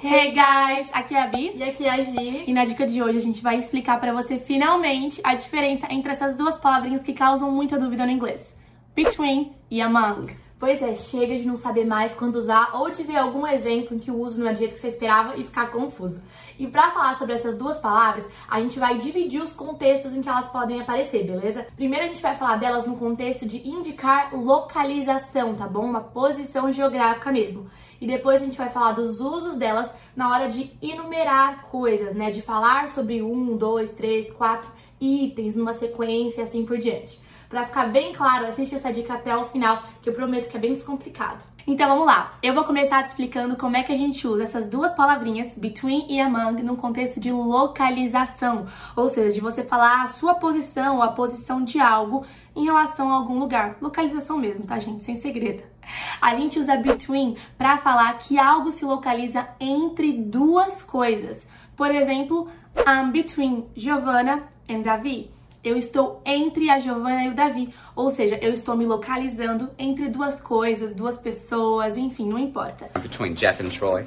Hey guys! Aqui é a Bi e aqui é a Gi. E na dica de hoje a gente vai explicar pra você finalmente a diferença entre essas duas palavrinhas que causam muita dúvida no inglês: between e among. Pois é, chega de não saber mais quando usar ou de ver algum exemplo em que o uso não é do jeito que você esperava e ficar confuso. E pra falar sobre essas duas palavras, a gente vai dividir os contextos em que elas podem aparecer, beleza? Primeiro a gente vai falar delas no contexto de indicar localização, tá bom? Uma posição geográfica mesmo. E depois a gente vai falar dos usos delas na hora de enumerar coisas, né? De falar sobre 1, 2, 3, 4 itens numa sequência e assim por diante. Pra ficar bem claro, assiste essa dica até o final, que eu prometo que é bem descomplicado. Então vamos lá, eu vou começar te explicando como é que a gente usa essas duas palavrinhas, between e among, no contexto de localização, ou seja, de você falar a sua posição ou a posição de algo em relação a algum lugar. Localização mesmo, tá, gente? Sem segredo. A gente usa between para falar que algo se localiza entre duas coisas. Por exemplo, I'm between Giovanna and Davi. Eu estou entre a Giovanna e o Davi, ou seja, eu estou me localizando entre duas coisas, duas pessoas, enfim, não importa. Between Jeff and Troy.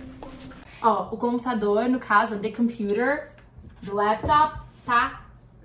Ó, o computador, no caso, the computer, do laptop, tá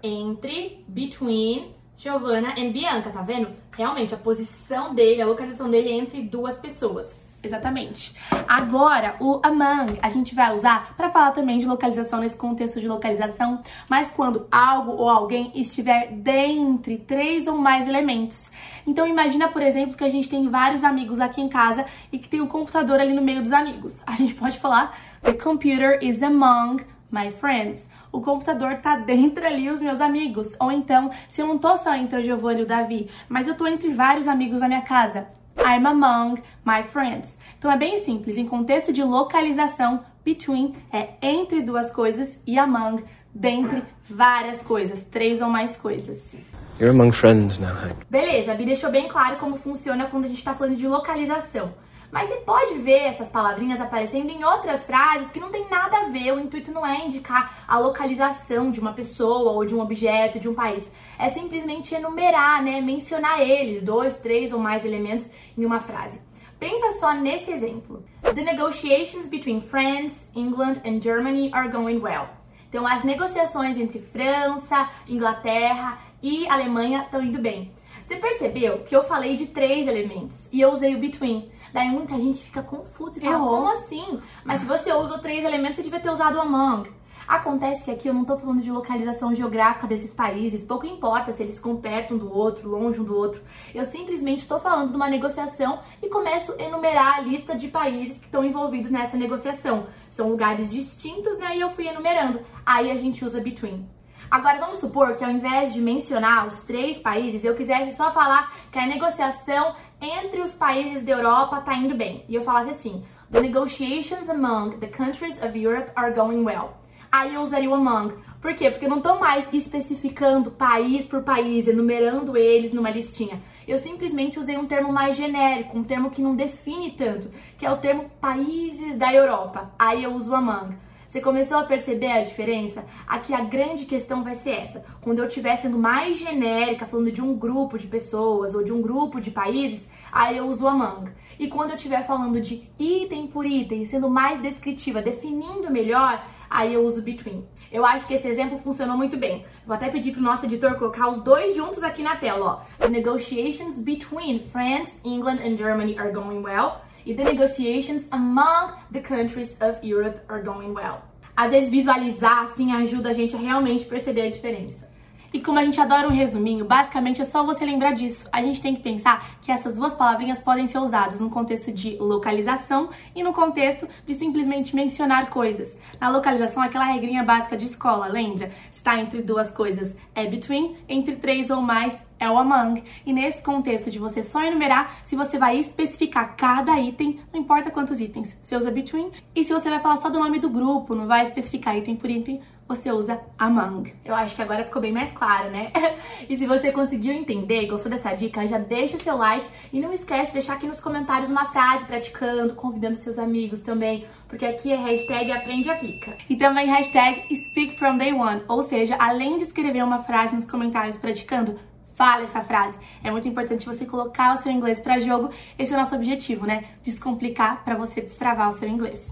entre, between, Giovanna e Bianca, tá vendo? Realmente, a posição dele, a localização dele é entre duas pessoas. Exatamente. Agora, o among a gente vai usar para falar também de localização nesse contexto de localização, mas quando algo ou alguém estiver dentre 3 ou mais elementos. Então imagina, por exemplo, que a gente tem vários amigos aqui em casa e que tem um computador ali no meio dos amigos. A gente pode falar the computer is among my friends. O computador tá dentro ali os meus amigos. Ou então, se eu não tô só entre a Giovanna e o Davi, mas eu tô entre vários amigos na minha casa, I'm among my friends. Então é bem simples, em contexto de localização, between é entre duas coisas e among, dentre várias coisas, 3 ou mais coisas. You're among friends now, Hank. Beleza, a Bi deixou bem claro como funciona quando a gente tá falando de localização. Mas você pode ver essas palavrinhas aparecendo em outras frases que não tem nada a ver. O intuito não é indicar a localização de uma pessoa ou de um objeto, de um país. É simplesmente enumerar, né? Mencionar eles, 2, 3 ou mais elementos em uma frase. Pensa só nesse exemplo. The negotiations between France, England and Germany are going well. Então, as negociações entre França, Inglaterra e Alemanha estão indo bem. Você percebeu que eu falei de 3 elementos e eu usei o between. Daí muita gente fica confusa e fala, como assim? Mas se você usou 3 elementos, você devia ter usado o among. Acontece que aqui eu não tô falando de localização geográfica desses países, pouco importa se eles ficam perto um do outro, longe um do outro. Eu simplesmente tô falando de uma negociação e começo a enumerar a lista de países que estão envolvidos nessa negociação. São lugares distintos, né? E eu fui enumerando. Aí a gente usa between. Agora, vamos supor que ao invés de mencionar os 3 países, eu quisesse só falar que a negociação entre os países da Europa tá indo bem. E eu falasse assim, the negotiations among the countries of Europe are going well. Aí eu usaria o among. Por quê? Porque eu não tô mais especificando país por país, enumerando eles numa listinha. Eu simplesmente usei um termo mais genérico, um termo que não define tanto, que é o termo países da Europa. Aí eu uso o among. Você começou a perceber a diferença? Aqui a grande questão vai ser essa. Quando eu estiver sendo mais genérica, falando de um grupo de pessoas ou de um grupo de países, aí eu uso o among. E quando eu estiver falando de item por item, sendo mais descritiva, definindo melhor, aí eu uso between. Eu acho que esse exemplo funcionou muito bem. Vou até pedir pro nosso editor colocar os 2 juntos aqui na tela, ó. The negotiations between France, England and Germany are going well. E the negotiations among the countries of Europe are going well. Às vezes visualizar assim ajuda a gente a realmente perceber a diferença. E como a gente adora um resuminho, basicamente é só você lembrar disso. A gente tem que pensar que essas duas palavrinhas podem ser usadas no contexto de localização e no contexto de simplesmente mencionar coisas. Na localização, aquela regrinha básica de escola, lembra? Se está entre duas coisas é between, entre 3 ou mais é o among. E nesse contexto de você só enumerar, se você vai especificar cada item, não importa quantos itens, você usa between. E se você vai falar só do nome do grupo, não vai especificar item por item, você usa among. Eu acho que agora ficou bem mais claro, né? E se você conseguiu entender, gostou dessa dica, já deixa o seu like e não esquece de deixar aqui nos comentários uma frase praticando, convidando seus amigos também, porque aqui é hashtag aprende e aplica. E também hashtag speak from day one, ou seja, além de escrever uma frase nos comentários praticando, fale essa frase. É muito importante você colocar o seu inglês para jogo. Esse é o nosso objetivo, né? Descomplicar para você destravar o seu inglês.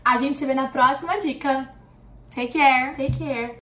A gente se vê na próxima dica. Take care! Take care!